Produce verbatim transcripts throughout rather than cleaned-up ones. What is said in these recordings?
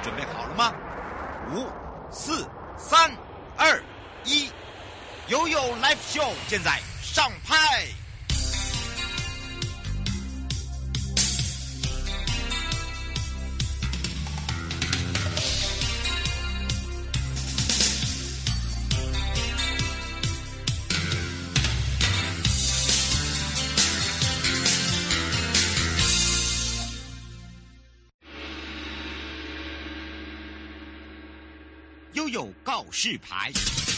准备好了吗？五、四、三、二、一，悠悠 Live Show 现在上拍。悠悠告示牌，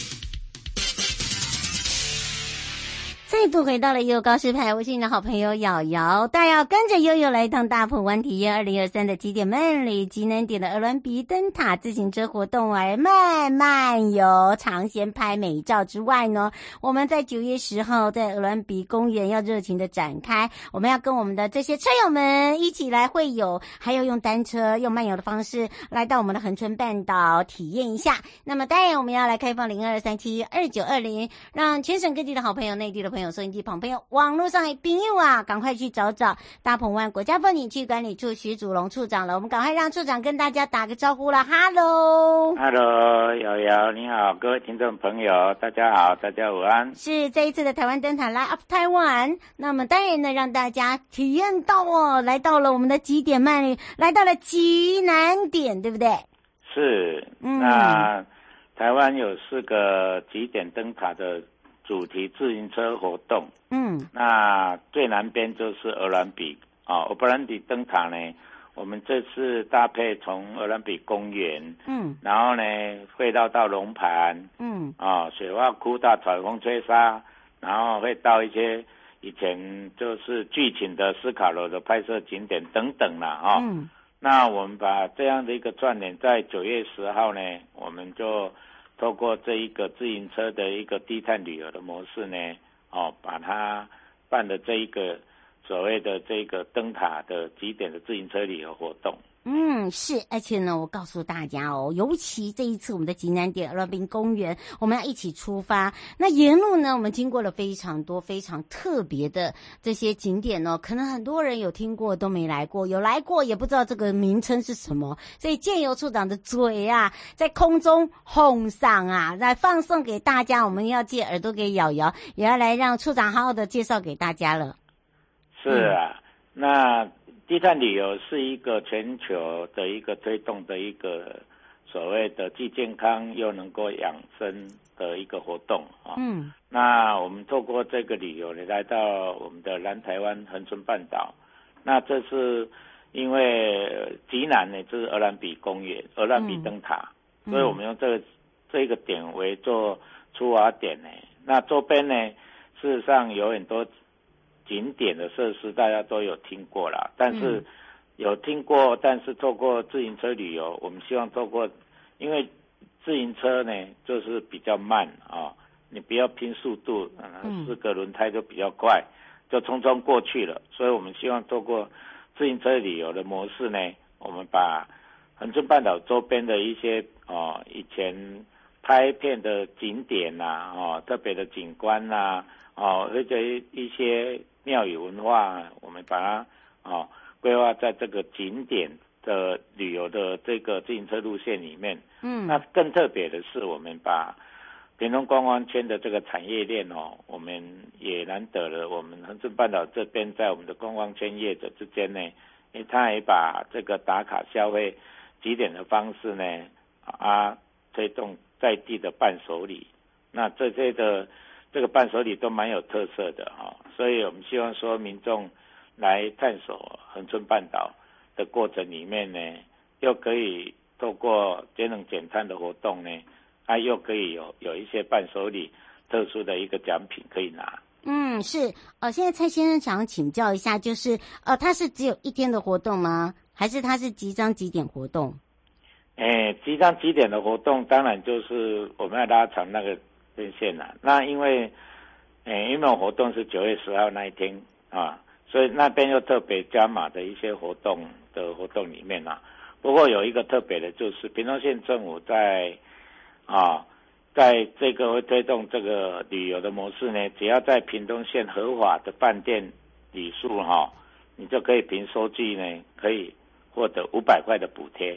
再度回到了悠悠告示牌，我是你的好朋友瑶瑶，大家要跟着悠悠来一趟大鹏湾体验二零二三的极点慢旅极难点的鹅銮鼻灯塔自行车活动而慢慢游，尝鲜拍美照之外呢，我们在九月十号在鹅銮鼻公园要热情的展开，我们要跟我们的这些车友们一起来会友，还有用单车用慢游的方式来到我们的恒春半岛体验一下。那么当然我们要来开放零二三七二九二零，让全省各地的好朋友、内地的朋友、收音机旁朋友、网络上的朋友啊，赶快去找找大鹏湾国家风景区管理处徐祖龙处长了。我们赶快让处长跟大家打个招呼了。Hello， Hello， 瑶瑶你好，各位听众朋友，大家好，大家午安。 是这一次的台湾灯塔 Light Up Taiwan， 那么当然呢，让大家体验到哦，来到了我们的极点慢旅，来到了极难点，对不对？ 是， 嗯， 那台湾有四个极点灯塔的主题自行车活动， 嗯，那最南边就是鹅銮鼻啊，鹅銮鼻灯塔呢，我们这次搭配从鹅銮鼻公园， 嗯， 然后呢会绕到龙盘， 嗯， 啊，雪花窟到彩虹吹沙，然后会到一些以前就是剧情的斯卡罗的拍摄景点等等啦，啊，嗯，那我们把这样的一个串联，在九月十号呢，我们就透过这一个自行车的一个低碳旅游的模式呢，哦，把它办的这一个所谓的这个灯塔的极点的自行车旅游活动。 嗯，是，而且呢，我告诉大家哦，尤其这一次我们的极南点鹅銮鼻公园，我们要一起出发。那沿路呢，我们经过了非常多非常特别的这些景点哦，可能很多人有听过都没来过，有来过也不知道这个名称是什么。所以借由处长的嘴啊，在空中哄上啊，来放送给大家。我们要借耳朵给瑶瑶，也要来让处长好好的介绍给大家了。 是啊，嗯、那。低碳旅游是一个全球的一个推动的一个所谓的既健康又能够养生的一个活动啊。嗯，那我们透过这个旅游呢，来到我们的南台湾恒春半岛。那这是因为极南呢，就是鹅銮鼻公园、鹅銮鼻灯塔，嗯、所以我们用这个这个点为做出发点呢。那周边呢，事实上有很多景点的设施大家都有听过啦，但是有听过，但是透过自行车旅游，我们希望透过，因为自行车呢就是比较慢啊、哦，你不要拼速度，嗯，四个轮胎就比较快，就匆匆过去了，所以我们希望透过自行车旅游的模式呢，我们把恒春半岛周边的一些哦以前拍片的景点呐、啊，哦特别的景观呐、啊，哦或者一些庙宇文化，我们把它哦规划在这个景点的旅游的这个自行车路线里面。嗯，那更特别的是，我们把屏东观光圈的这个产业链哦，我们也难得了。我们恒春半岛这边在我们的观光圈业者之间呢，因为他也把这个打卡消费几点的方式呢，啊推动在地的伴手礼。那这些的这个伴手礼都蛮有特色的哈、哦，所以我们希望说民众来探索恒春半岛的过程里面呢，又可以透过节能减碳的活动呢，啊，又可以有有一些伴手礼特殊的一个奖品可以拿。 嗯，是，呃，现在蔡先生想请教一下，就是呃，它是只有一天的活动吗？还是它是即章即点活动？ 诶，即章即点的活动，当然就是我们要拉长那个边线啦。那因为，诶，因为活动是九月十号那一天啊，所以那边又特别加码的一些活动的活动里面啦。不过有一个特别的，就是屏东县政府在啊，在这个会推动这个旅游的模式呢，只要在屏东县合法的饭店里数哈，你就可以凭收据呢，可以获得五百块的补贴。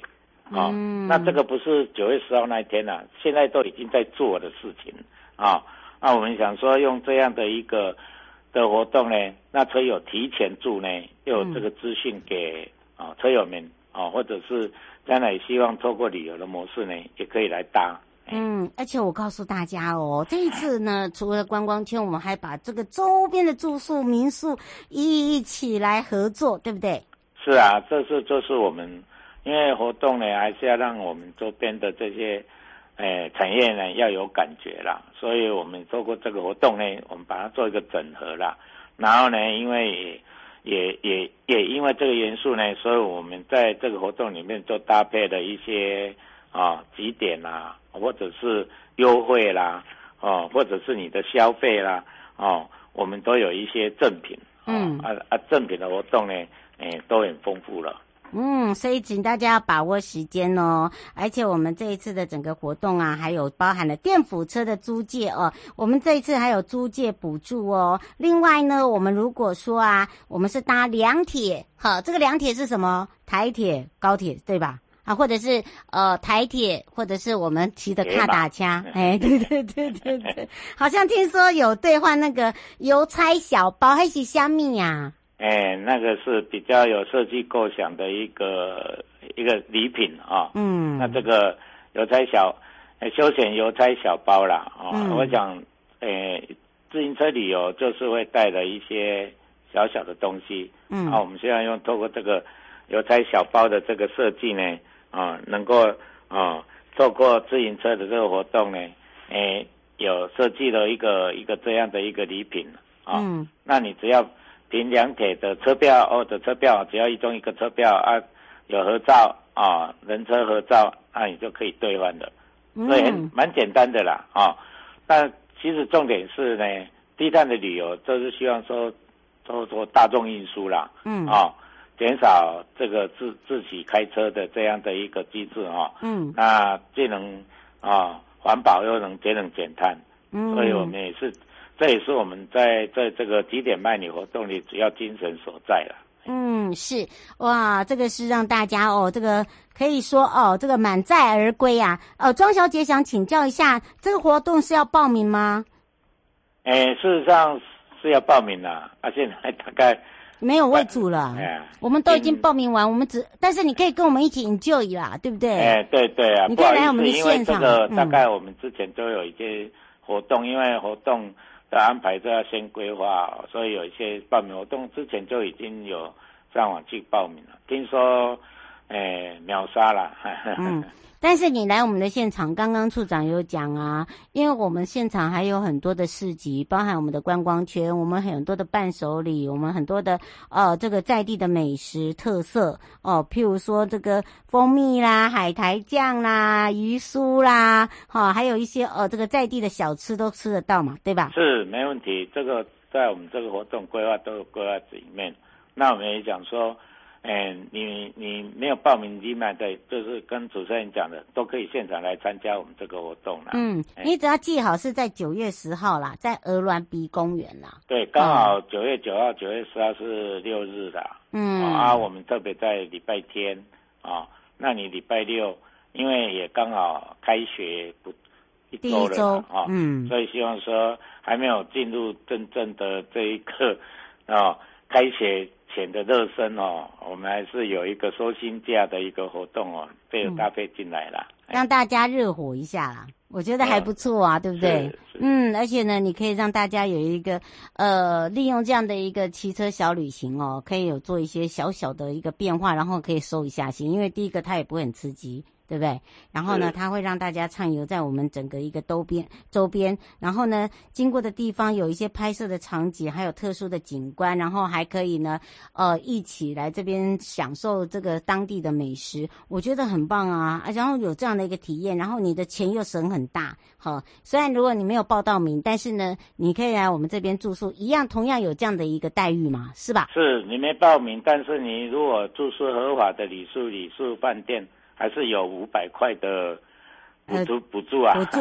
哦， 嗯， 那这个不是九月十号那一天啊，现在都已经在做的事情啊。那我们想说用这样的一个的活动呢，那车友提前住呢，又有这个资讯给啊车友们啊，或者是将来希望透过旅游的模式呢，也可以来搭。 嗯，而且我告诉大家哦，这一次呢，除了观光圈，我们还把这个周边的住宿民宿一起来合作，对不对？ 是啊，这是就是我们因为活动呢，还是要让我们周边的这些诶产业呢要有感觉啦，所以我们透过这个活动呢，我们把它做一个整合啦。然后呢，因为也也也也因为这个元素呢，所以我们在这个活动里面就搭配了一些啊几点啦，或者是优惠啦，哦，或者是你的消费啦，哦，我们都有一些赠品。嗯啊啊，赠品的活动呢，诶，都很丰富了。 嗯，所以请大家要把握时间哦。而且我们这一次的整个活动啊，还有包含了电辅车的租借哦，我们这一次还有租借补助哦。另外呢，我们如果说啊，我们是搭两铁，好，这个两铁是什么？台铁、高铁，对吧？啊，或者是呃台铁，或者是我们骑的卡打掐，哎，对对对对对，好像听说有兑换那个邮差小包，还是虾米呀？ 哎，那个是比较有设计构想的一个一个礼品啊。嗯，那这个邮差小休闲邮差小包啦啊，嗯、我想，诶，自行车旅游就是会带了一些小小的东西。嗯，啊，我们现在用透过这个邮差小包的这个设计呢。啊，能够啊，透过自行车的这个活动呢，诶，有设计了一个一个这样的一个礼品啊。嗯，那你只要凭两铁的车票或者车票，只要一中一个车票啊，有合照啊，人车合照，那你就可以兑换的。嗯，所以蛮简单的啦啊。但其实重点是呢，低碳的旅游就是希望说，做做大众运输啦。嗯啊。减少这个自自己开车的这样的一个机制哈、哦，嗯，那既能啊环保又能节能减碳，嗯，所以我们也是，这也是我们在在这个几点卖你活动里主要精神所在了。 嗯，是哇，这个是让大家哦，这个可以说哦，这个满载而归啊。呃，庄小姐想请教一下，这个活动是要报名吗？ 诶，事实上是要报名啦，啊，现在大概。 没有为主了，我们都已经报名完，我们只，但是你可以跟我们一起 enjoy 啦，对不对？ 哎，对对啊， 你可以来我们的现场。 因为这个大概我们之前都有一些活动，嗯、因为活动的安排都要先规划，所以有一些报名活动之前就已经有上网去报名了。听说，哎，秒杀了。 嗯。但是你来我们的现场，刚刚处长有讲啊，因为我们现场还有很多的市集，包含我们的观光圈，我们很多的伴手礼，我们很多的呃这个在地的美食特色哦，譬如说这个蜂蜜啦、海苔酱啦、鱼酥啦，哈、哦，还有一些呃这个在地的小吃都吃得到嘛，对吧？ 是没问题，这个在我们这个活动规划都有规划里面。那我们也讲说。哎，你你没有报名进来的，就是跟主持人讲的，都可以现场来参加我们这个活动啦。嗯， 你只要记好是在九月十号啦，在鹅銮鼻公园啦。 对，刚好九月九号、九月十号是六日啦。嗯，啊，我们特别在礼拜天啊，那你礼拜六，因为也刚好开学不一周了啊，嗯，所以希望说还没有进入真正的这一刻啊，开学。前的热身哦，我们还是有一个收薪假的一个活动哦，这有搭配进来了、 嗯，让大家热火一下啦，我觉得还不错啊，嗯、对不对？嗯，而且呢，你可以让大家有一个呃，利用这样的一个骑车小旅行哦，可以有做一些小小的一个变化，然后可以收一下心，因为第一个它也不会很刺激。对不对？然后呢，它会让大家畅游在我们整个一个周边周边，然后呢，经过的地方有一些拍摄的场景，还有特殊的景观，然后还可以呢，呃，一起来这边享受这个当地的美食，我觉得很棒啊！然后有这样的一个体验，然后你的钱又省很大，好，虽然如果你没有报到名，但是呢，你可以来我们这边住宿，一样同样有这样的一个待遇嘛，是吧？ 是你没报名，但是你如果住宿合法的旅宿旅宿饭店。还是有五百块的补助补助啊， 补助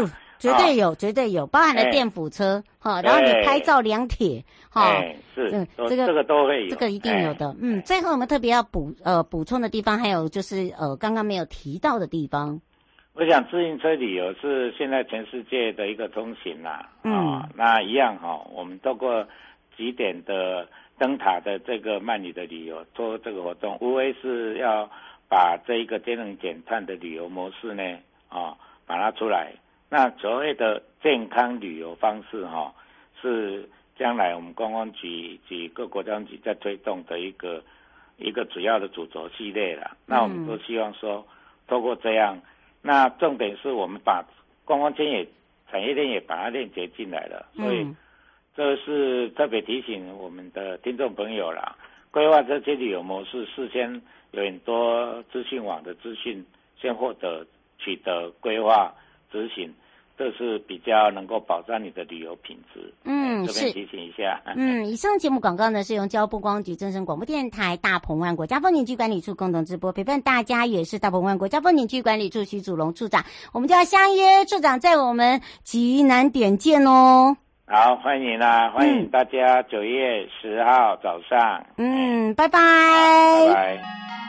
绝对有，绝对有，包含了电辅车，哈、然后你拍照量铁，哈、 是， 嗯，这个这个都会有， 这个一定有的。嗯，最后我们特别要补呃补充的地方，还有就是呃刚刚没有提到的地方。 我想自行车旅游是现在全世界的一个通行啦， 嗯、 哦，那一样哈、哦，我们透过几点的灯塔的这个慢旅的旅游做这个活动，无非是要把这一个节能减碳的旅游模式呢，啊、哦，把它出来。那所谓的健康旅游方式哈、哦，是将来我们观光局及各国家局在推动的一个一个主要的主轴系列啦。那我们都希望说，透过这样。那重点是我们把观光圈也产业链也把它链接进来了，所以这是特别提醒我们的听众朋友啦，规划这些旅游模式事先有很多资讯网的资讯先获得取得规划执行，这是比较能够保障你的旅游品质。 嗯， 这边提醒一下。 嗯，以上节目广告呢是由交通光局、正声广播电台、大鹏湾国家风景区管理处共同直播，陪伴大家也是大鹏湾国家风景区管理处徐祖龙处长，我们就要相约处长在我们极南点见哦。 好，欢迎啦、啊，欢迎大家九月十号早上。 嗯，拜拜， 拜拜。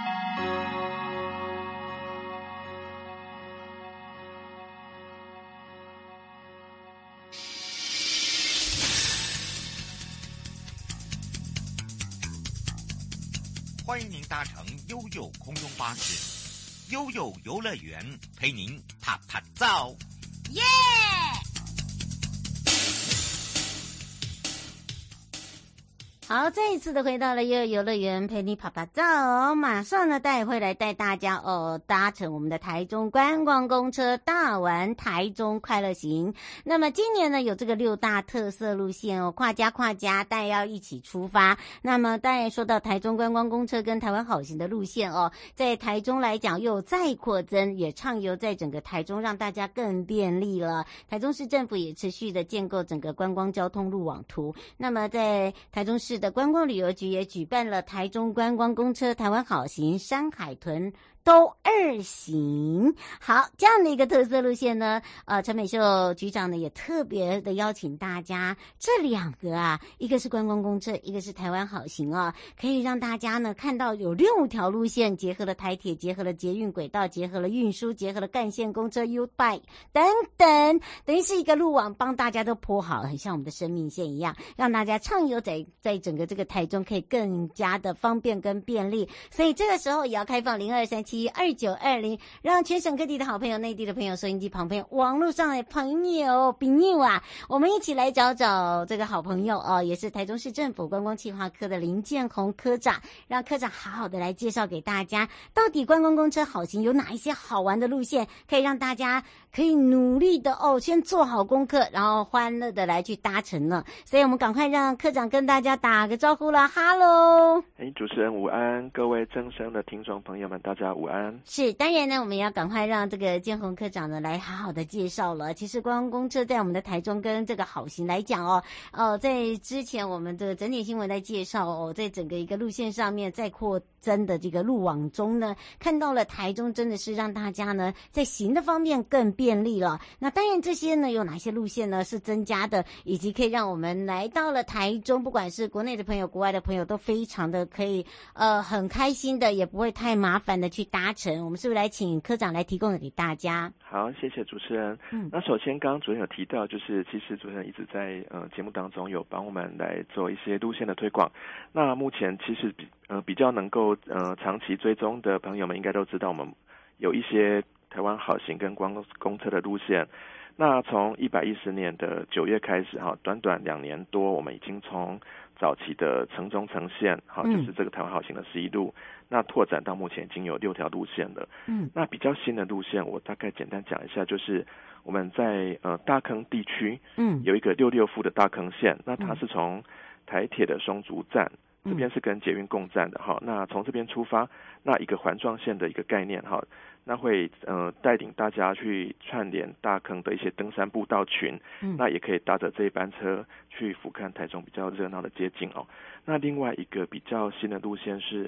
欢迎您搭乘悠悠空中巴士，悠悠游乐园陪您啪啪照， 耶！好，再一次的回到了悠悠游乐园陪你啪啪照哦，马上呢带会来带大家哦搭乘我们的台中观光公车大玩台中快乐行。那么今年呢有这个六大特色路线哦，跨家跨家大家要一起出发。那么当然说到台中观光公车跟台湾好行的路线哦，在台中来讲又再扩增，也畅游在整个台中，让大家更便利了。台中市政府也持续的建构整个观光交通路网图。那么在台中市的观光旅游局也举办了台中观光公车台湾好行山海屯都二行，好，这样的一个特色路线呢，呃，陈美秀局长呢也特别的邀请大家，这两个啊，一个是观光公车，一个是台湾好行啊，可以让大家呢看到有六条路线，结合了台铁，结合了捷运轨道，结合了运输，结合了干线公车 U-Bike 等等，等于是一个路网帮大家都铺好，很像我们的生命线一样，让大家畅游在在整个这个台中可以更加的方便跟便利，所以这个时候也要开放零二三七二九二零，让全省各地的好朋友、内地的朋友、收音机旁朋友、网络上的朋友、朋友啊，我们一起来找找这个好朋友哦，也是台中市政府观光企划科的林建宏科长，让科长好好的来介绍给大家，到底观光公车好行有哪一些好玩的路线，可以让大家可以努力的哦，先做好功课，然后欢乐的来去搭乘呢。所以我们赶快让科长跟大家打个招呼了，哈喽！ 哎，主持人午安，各位正声的听众朋友们，大家午安。 是，当然呢，我们也要赶快让这个建宏科长呢来好好的介绍了。其实观光公车在我们的台中跟这个好行来讲哦，呃，在之前我们的整点新闻在介绍哦，在整个一个路线上面再扩增的这个路网中呢，看到了台中真的是让大家呢在行的方面更便利了。那当然这些呢有哪些路线呢是增加的，以及可以让我们来到了台中，不管是国内的朋友、国外的朋友都非常的可以呃很开心的，也不会太麻烦的去搭乘。我们是不是来请科长来提供给大家？ 好，谢谢主持人。嗯，那首先刚刚主任有提到，就是其实主任一直在呃节目当中有帮我们来做一些路线的推广。那目前其实比呃比较能够呃长期追踪的朋友们应该都知道，我们有一些台湾好行跟观光公车的路线。那从一百一十年的九月开始哈，短短两年多，我们已经从早期的城中城线，好，就是这个台湾好行的十一路，那拓展到目前已经有六条路线了。嗯，那比较新的路线，我大概简单讲一下，就是我们在呃大坑地区，嗯，有一个六六副的大坑线，那它是从台铁的松竹站。这边是跟捷运共站的哈，那从这边出发，那一个环状线的一个概念哈，那会呃带领大家去串联大坑的一些登山步道群，嗯，那也可以搭着这一班车去俯瞰台中比较热闹的街景哦。那另外一个比较新的路线是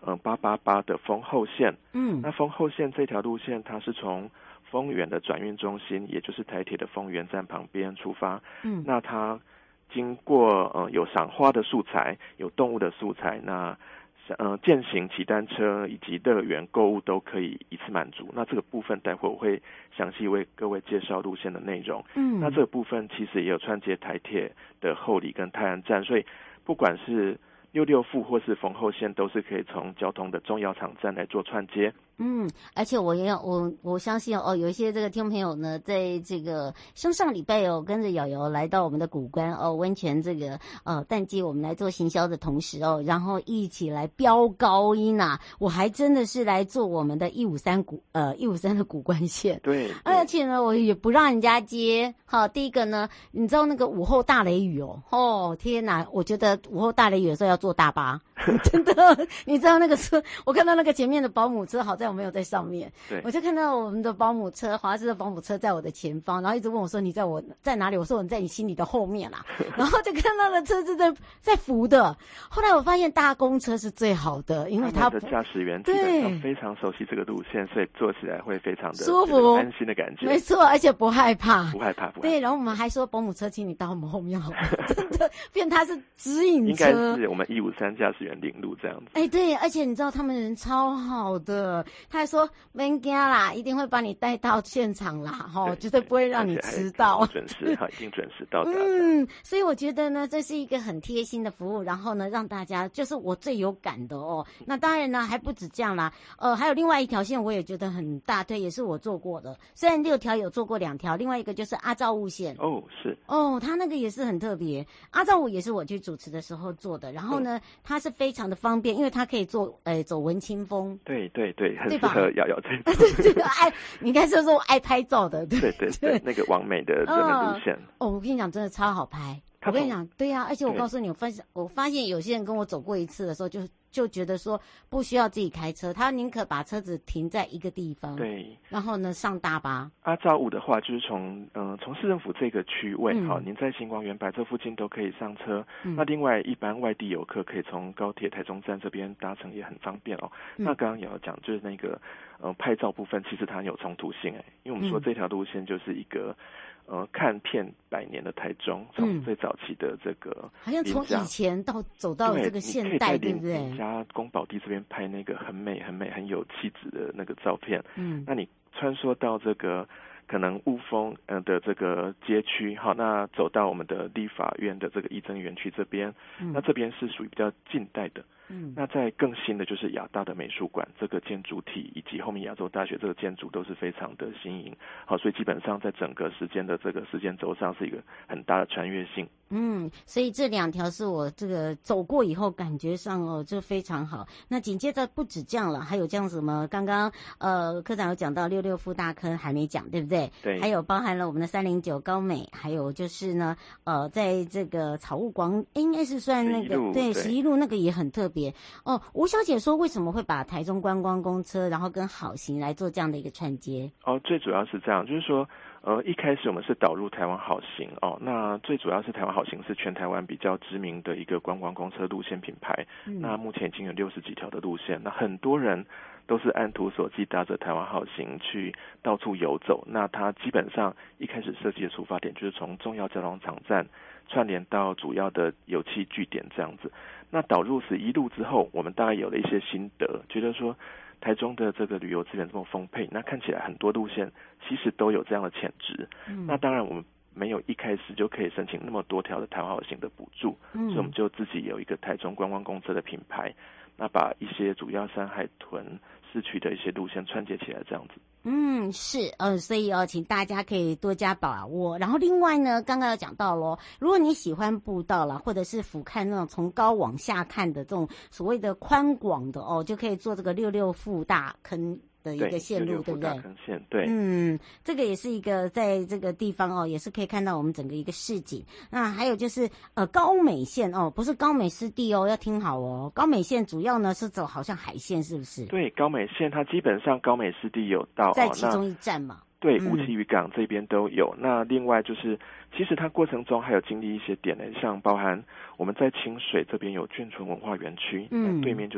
呃八八八的丰后线。 嗯， 那丰后线这条路线，它是从丰原的转运中心，也就是台铁的丰原站旁边出发。嗯，那它经过呃有赏花的素材，有动物的素材，那呃健行、骑单车以及乐园购物都可以一次满足。那这个部分待会我会详细为各位介绍路线的内容。嗯，那这个部分其实也有串接台铁的后里跟泰安站，所以不管是六六复或是丰后线，都是可以从交通的重要场站来做串接。 嗯，而且我也要我我相信哦，有一些这个听众朋友呢，在这个上上礼拜哦，跟着瑶瑶来到我们的古关哦温泉这个呃淡季，我们来做行销的同时哦，然后一起来飙高音啊！我还真的是来做我们的一五三古呃一五三的古关线， 对， 而且呢，我也不让人家接。好，第一个呢，你知道那个午后大雷雨哦，哦天哪！我觉得午后大雷雨的时候要坐大巴，真的，你知道那个车，我看到那个前面的保姆车，好在我没有在上面， 对， 我就看到我们的保姆车，华师的保姆车在我的前方，然后一直问我说你在我在哪里？我说我在你心里的后面啦、啊，然后就看到了车子在在扶的。后来我发现大公车是最好的，因为它的驾驶员基本上非常熟悉这个路线，所以坐起来会非常的舒服、 安心的感觉。 没错，而且不害怕， 不害怕，不害怕。 对，然后我们还说保姆车，请你到我们后面好吗？真的，变他是指引车， 应该是我们一五三驾驶员领路这样子。 哎，对，而且你知道他们人超好的，他还说别惊啦，一定会把你带到现场啦，哈，绝对不会让你迟到， 准时哈，一定准时到达。 嗯，所以我觉得呢，这是一个很贴心的服务，然后呢，让大家就是我最有感的哦。那当然呢，还不止这样啦，呃，还有另外一条线，我也觉得很大推，也是我做过的。虽然六条有做过两条，另外一个就是阿照雾线。 哦，是哦，他那个也是很特别。阿照雾也是我去主持的时候做的，然后呢，它是非常的方便，因为它可以做呃走文青风。 对对对，很适合瑶瑶这种。 对对，爱你应该说是我爱拍照的。对对对对，那个完美的热门路线。 哦，我跟你讲，真的超好拍。我跟你讲，对呀、啊，而且我告诉你，我发现我发现有些人跟我走过一次的时候就，就就觉得说不需要自己开车，他宁可把车子停在一个地方， 对， 然后呢上大巴。 阿照五的话，就是从嗯从市政府这个区位，好、嗯，您在新光园百这附近都可以上车。嗯、那另外一般外地游客可以从高铁台中站这边搭乘也很方便哦。嗯、那刚刚也要讲，就是那个呃拍照部分，其实它很有冲突性哎，因为我们说这条路线就是一个。呃，看遍百年的台中，从最早期的这个、嗯， 好像从以前到走到这个现代，对不对？ 你家宫保地这边拍那个很美、很美、很有气质的那个照片，嗯，那你穿梭到这个可能雾峰呃的这个街区，好，那走到我们的立法院的这个义珍园区这边，嗯、那这边是属于比较近代的。嗯，那在更新的就是亚大的美术馆这个建筑体，以及后面亚洲大学这个建筑都是非常的新颖。好，所以基本上在整个时间的这个时间轴上是一个很大的穿越性。 嗯，所以这两条是我这个走过以后感觉上哦就非常好。那紧接着不止这样了，还有这样什么？刚刚呃科长有讲到六六复大坑还没讲，对不对？ 对。 还有包含了我们的三零九高美，还有就是呢呃在这个草悟广应该是算那个对十一路那个也很特别。哦，吴小姐说为什么会把台中观光公车然后跟好行来做这样的一个串接？ 哦，最主要是这样，就是说呃一开始我们是导入台湾好行哦，那最主要是台湾好行是全台湾比较知名的一个观光公车路线品牌，嗯、那目前已经有六十几条的路线，那很多人都是按图索骥搭着台湾好行去到处游走，那它基本上一开始设计的出发点就是从重要交通场站串联到主要的油气据点这样子。那导入十一路之后，我们大概有了一些心得，觉得说台中的这个旅游资源这么丰沛，那看起来很多路线其实都有这样的潜质。嗯、那当然我们没有一开始就可以申请那么多条的台湾好行的补助，嗯、所以我们就自己有一个台中观光公车的品牌，那把一些主要山海屯市区的一些路线串接起来这样子。 嗯，是，呃，所以哦，请大家可以多加把握。然后另外呢，刚刚有讲到咯，如果你喜欢步道啦，或者是俯瞰那种从高往下看的这种所谓的宽广的哦，就可以做这个六六复大坑的一个线路， 对, 对不对？ 坑线，对， 嗯，这个也是一个在这个地方哦，也是可以看到我们整个一个市景。那还有就是呃高美线哦，不是高美湿地哦，要听好哦。高美线主要呢是走好像海线，是不是？ 对，高美线它基本上高美湿地有到在其中一站嘛。 对，乌旗渔港这边都有。嗯、那另外就是，其实它过程中还有经历一些点呢，像包含我们在清水这边有眷村文化园区，嗯，对面就是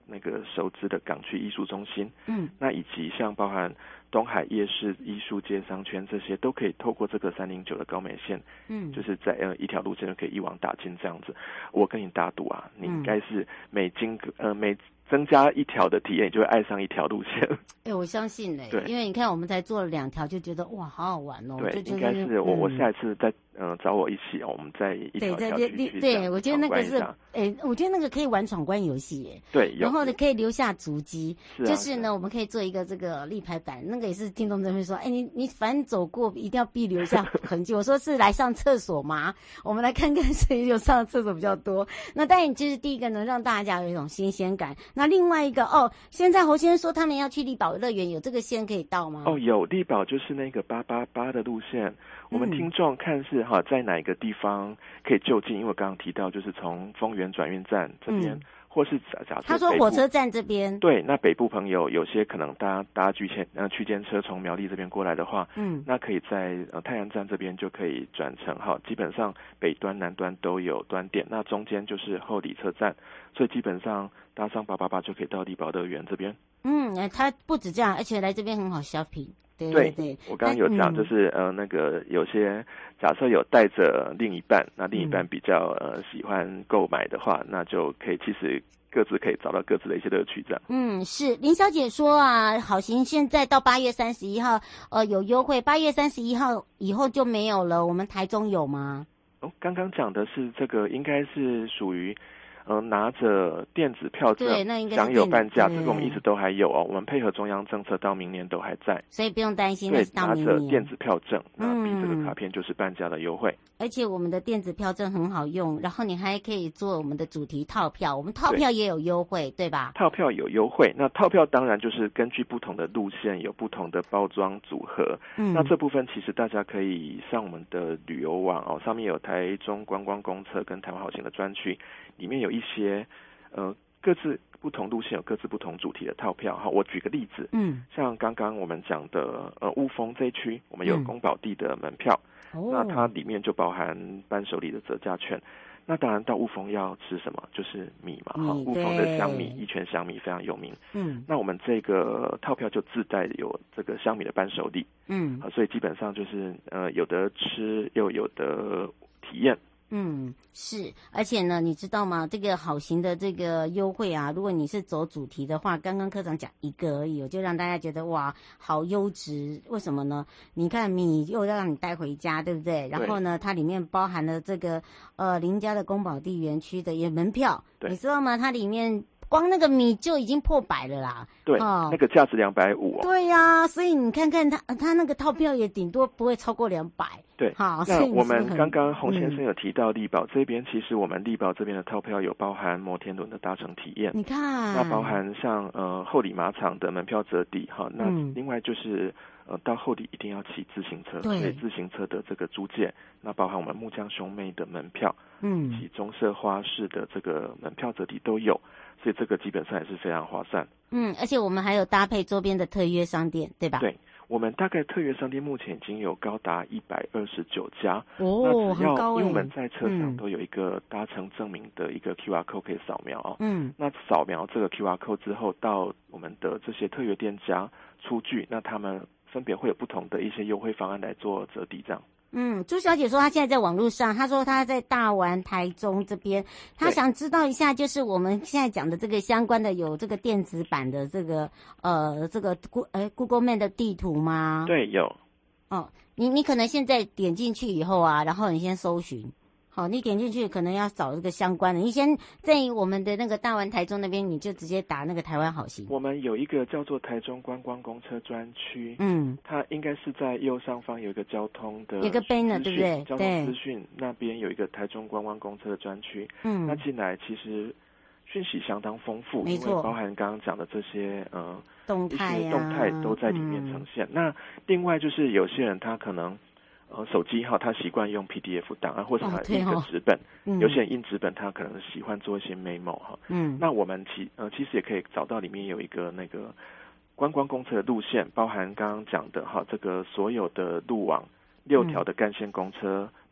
那个熟知的港区艺术中心， 嗯， 那以及像包含东海夜市、艺术街商圈这些，都可以透过这个三零九的高美线，嗯，就是在呃一条路线就可以一网打尽这样子。我跟你打赌啊，你应该是每经呃每增加一条的体验，你就会爱上一条路线。 哎、欸，我相信嘞、欸，因为你看我们才做了两条，就觉得哇，好好玩哦。 对， 就应该是我、嗯、我下一次再嗯、呃、找我一起哦，我们再一条条去去对，我觉得那个是哎、欸，我觉得那个可以玩闯关游戏耶。 对， 然后呢可以留下足迹， 是啊、 就是呢、啊、我们可以做一个这个立牌板，那个也是听众这边说，哎、欸，你你反正走过一定要必留下痕迹。我说是来上厕所吗？我们来看看谁有上厕所比较多。那当然就是第一个呢，让大家有一种新鲜感。那另外一个哦，现在侯先生说他们要去力宝乐园，有这个线可以到吗？ 哦，有，力宝就是那个八八八的路线。我们听众看是哈，在哪一个地方可以就近？因为我刚刚提到，就是从丰原转运站这边，嗯、或是假假设他说火车站这边， 对，那北部朋友有些可能搭搭区间呃区间车从苗栗这边过来的话，嗯，那可以在呃太阳站这边就可以转乘哈，基本上北端南端都有端点，那中间就是后里车站，所以基本上搭上八八八就可以到力宝乐园这边。 嗯，它不止这样，而且来这边很好 shopping。对对对， 我刚刚有讲，就是、嗯、呃，那个有些假设有带着另一半，那另一半比较呃喜欢购买的话，那就可以其实各自可以找到各自的一些乐趣这样。 嗯，是林小姐说啊，好行现在到八月三十一号呃有优惠，八月三十一号以后就没有了。我们台中有吗？ 哦，刚刚讲的是这个，应该是属于。呃，拿着电子票证享有半价，这个我们一直都还有哦。我们配合中央政策，到明年都还在， 所以不用担心。 对， 到明年拿着电子票证，那比这个卡片就是半价的优惠。 嗯、而且我们的电子票证很好用，然后你还可以做我们的主题套票，我们套票也有优惠， 对, 对吧？ 套票有优惠，那套票当然就是根据不同的路线有不同的包装组合。嗯，那这部分其实大家可以上我们的旅游网哦，上面有台中观光公车跟台湾好行的专区。里面有一些呃各自不同路线有各自不同主题的套票哈，我举个例子，嗯，像刚刚我们讲的呃雾峰这一区，我们有宫保地的门票，嗯、那它里面就包含伴手礼的折价券。那当然到雾峰要吃什么？就是米嘛，哈，雾峰的香米，一泉香米非常有名。嗯，那我们这个套票就自带有这个香米的伴手礼，嗯，啊，所以基本上就是呃有得吃又有得体验。 嗯，是，而且呢，你知道吗？这个好行的这个优惠啊，如果你是走主题的话，刚刚科长讲一个而已，我就让大家觉得哇，好优质。为什么呢？你看米又要让你带回家，对不对？然后呢，它里面包含了这个呃林家的宫保地园区的也门票，你知道吗？它里面光那个米就已经破百了啦。 对，哦、那个价值两百五。 对呀、啊，所以你看看它，它那个套票也顶多不会超过两百。 对， 好， 那我们刚刚洪先生有提到力宝、嗯、这边，其实我们力宝这边的套票有包含摩天轮的搭乘体验， 你看， 那包含像呃后里马场的门票折抵哈，那另外就是呃到后里一定要骑自行车，所以自行车的这个租借，那包含我们木匠兄妹的门票，嗯，以及中社花市的这个门票折抵都有，所以这个基本上也是非常划算。 嗯，而且我们还有搭配周边的特约商店，对吧？ 对。我们大概特约商店目前已经有高达一百二十九家哦， 那只要很高欸， 因为我们在车上都有一个搭乘证明的一个 Q R code 可以扫描哦。 嗯， 那扫描这个 Q R code 之后，到我们的这些特约店家出具，那他们分别会有不同的一些优惠方案来做折抵，这样。 嗯，朱小姐说她现在在网络上，她说她在大丸、台中这边，她想知道一下，就是我们现在讲的这个相关的有这个电子版的这个呃这个 Go 呃 Google Map 的地图吗？ 对，有。 哦，你你可能现在点进去以后啊，然后你先搜寻。好，你点进去可能要找这个相关的，你先在我们的那个大丸台中那边，你就直接打那个台湾好行。 我们有一个叫做台中观光公车专区， 嗯， 它应该是在右上方有一个交通的， 有个 banner 对不对？ 交通资讯那边有一个台中观光公车的专区，嗯，那进来其实讯息相当丰富， 没错， 因为包含刚刚讲的这些呃动态呀、啊， 动态都在里面呈现。嗯、那另外就是有些人他可能。呃，手机哈，他习惯用 P D F 档案，或者他印个纸本。哦嗯、有些人印纸本，他可能喜欢做一些 memo 哈。嗯，那我们其呃其实也可以找到里面有一个那个观光公车的路线，包含刚刚讲的哈，这个所有的路网六条的干线公车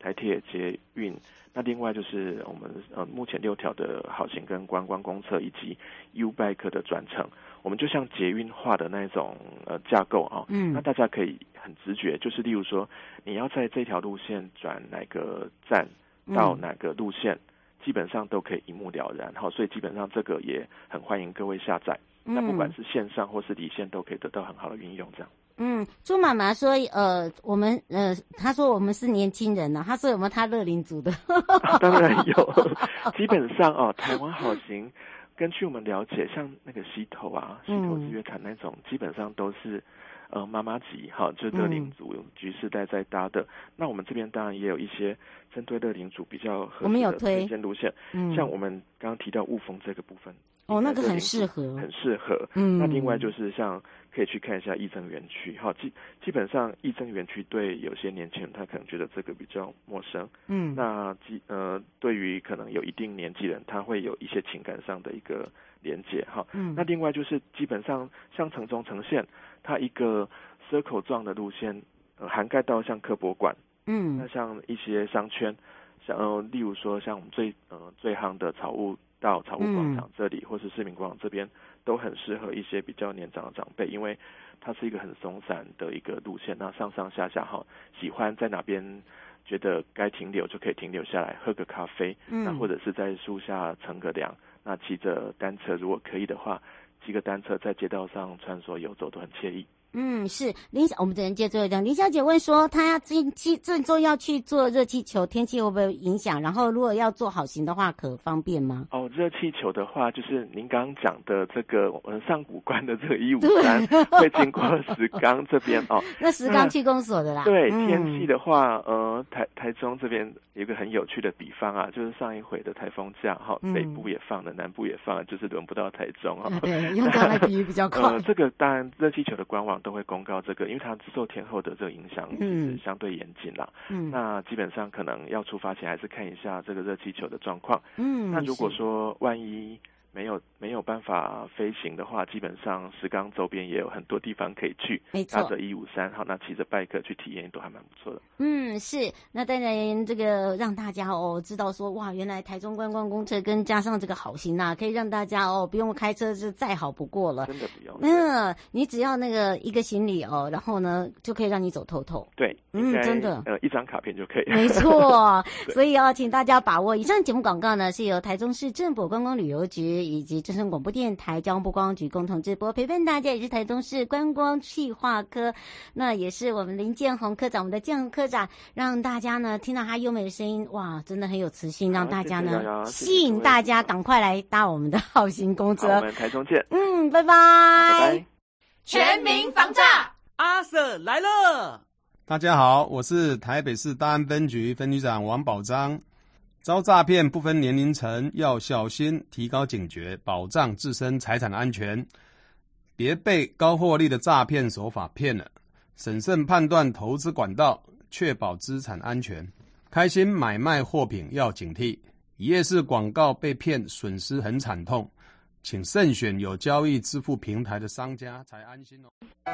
台铁、捷运。那另外就是我们呃目前六条的好行跟观光公厕以及 U-Bike 的转乘，我们就像捷运化的那种呃架构啊，嗯，那大家可以很直觉，就是例如说你要在这条路线转哪个站到哪个路线，嗯、基本上都可以一目了然，好，所以基本上这个也很欢迎各位下载。嗯、那不管是线上或是离线，都可以得到很好的运用，这样。 嗯，朱妈妈说，呃，我们呃，她说我们是年轻人呢、啊，她说有没有她乐龄族的？ 啊、当然有，基本上哦，台湾好行，根据我们了解，像那个溪头啊、溪头日月潭那种，嗯、基本上都是呃妈妈级哈，就乐龄族、嗯、局世代在搭的。那我们这边当然也有一些针对乐龄族比较合适的推荐路线，嗯、像我们刚刚提到雾峰这个部分。 哦，那个很适合， 很适合。嗯，那另外就是像可以去看一下义珍园区，哈，基基本上义珍园区对有些年轻人他可能觉得这个比较陌生，嗯，那基呃对于可能有一定年纪人，他会有一些情感上的一个连结，哈，嗯，那另外就是基本上像城中城线，它一个 circle 状的路线，呃，涵盖到像科博馆，嗯，那像一些商圈，像呃例如说像我们最呃最夯的草悟。到草悟广场这里，嗯、或是市民广场这边，都很适合一些比较年长的长辈，因为它是一个很松散的一个路线，那上上下下哈，喜欢在哪边觉得该停留就可以停留下来，喝个咖啡，嗯、那或者是在树下乘个凉，那骑着单车，如果可以的话，骑个单车在街道上穿梭游走都很惬意。 嗯，是林小，我们只能接最后一张。林小姐问说，她要近期这周要去做热气球，天气会不会影响？然后如果要做好行的话，可方便吗？ 哦，热气球的话，就是您刚刚讲的这个呃上古关的这个一五三会经过石冈这边哦。 那石冈区公所的啦。 对，嗯、天气的话，呃，台台中这边有一个很有趣的比方啊，就是上一回的台风假哈、哦，嗯、北部也放了，南部也放了，就是轮不到台中啊、哦。 对，用这样来比喻比较快。 呃，这个当然热气球的官网都会公告这个，因为它受天候的这个影响是相对严谨啦。嗯，那基本上可能要出发前还是看一下这个热气球的状况。嗯，那如果说万一没有没有办法飞行的话，基本上石冈周边也有很多地方可以去， 没错， 搭着一五三，好，那骑着拜克去体验都还蛮不错的。 嗯，是，那当然这个让大家哦知道说，哇，原来台中观光公车跟加上这个好行啊，可以让大家哦不用开车是再好不过了， 真的不用。 嗯，你只要那个一个行李哦，然后呢就可以让你走透透。 对， 嗯，真的， 呃，一张卡片就可以。 没错，所以要请大家把握。以上节目广告呢是由台中市政府观光旅游局以及正声广播电台交通部观光局共同直播，陪伴大家也是台中市观光企划科，那也是我们林建宏科长，我们的建宏科长，让大家呢听到他优美的声音，哇，真的很有磁性，让大家呢、啊、谢谢吸引大家赶快来搭我们的好行公车。 我们台中见。 嗯，拜拜。 拜拜。 全民防诈，阿 Sir 来了。 大家好，我是台北市大安分局分局长王宝章。遭诈骗不分年龄层，要小心，提高警觉，保障自身财产安全，别被高获利的诈骗手法骗了。审慎判断投资管道，确保资产安全。开心买卖货品要警惕，一页式广告被骗，损失很惨痛，请慎选有交易支付平台的商家才安心哦。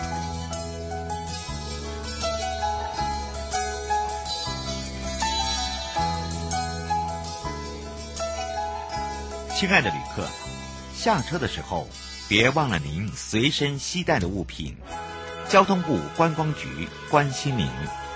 亲爱的旅客，下车的时候别忘了您随身携带的物品。交通部观光局关心您。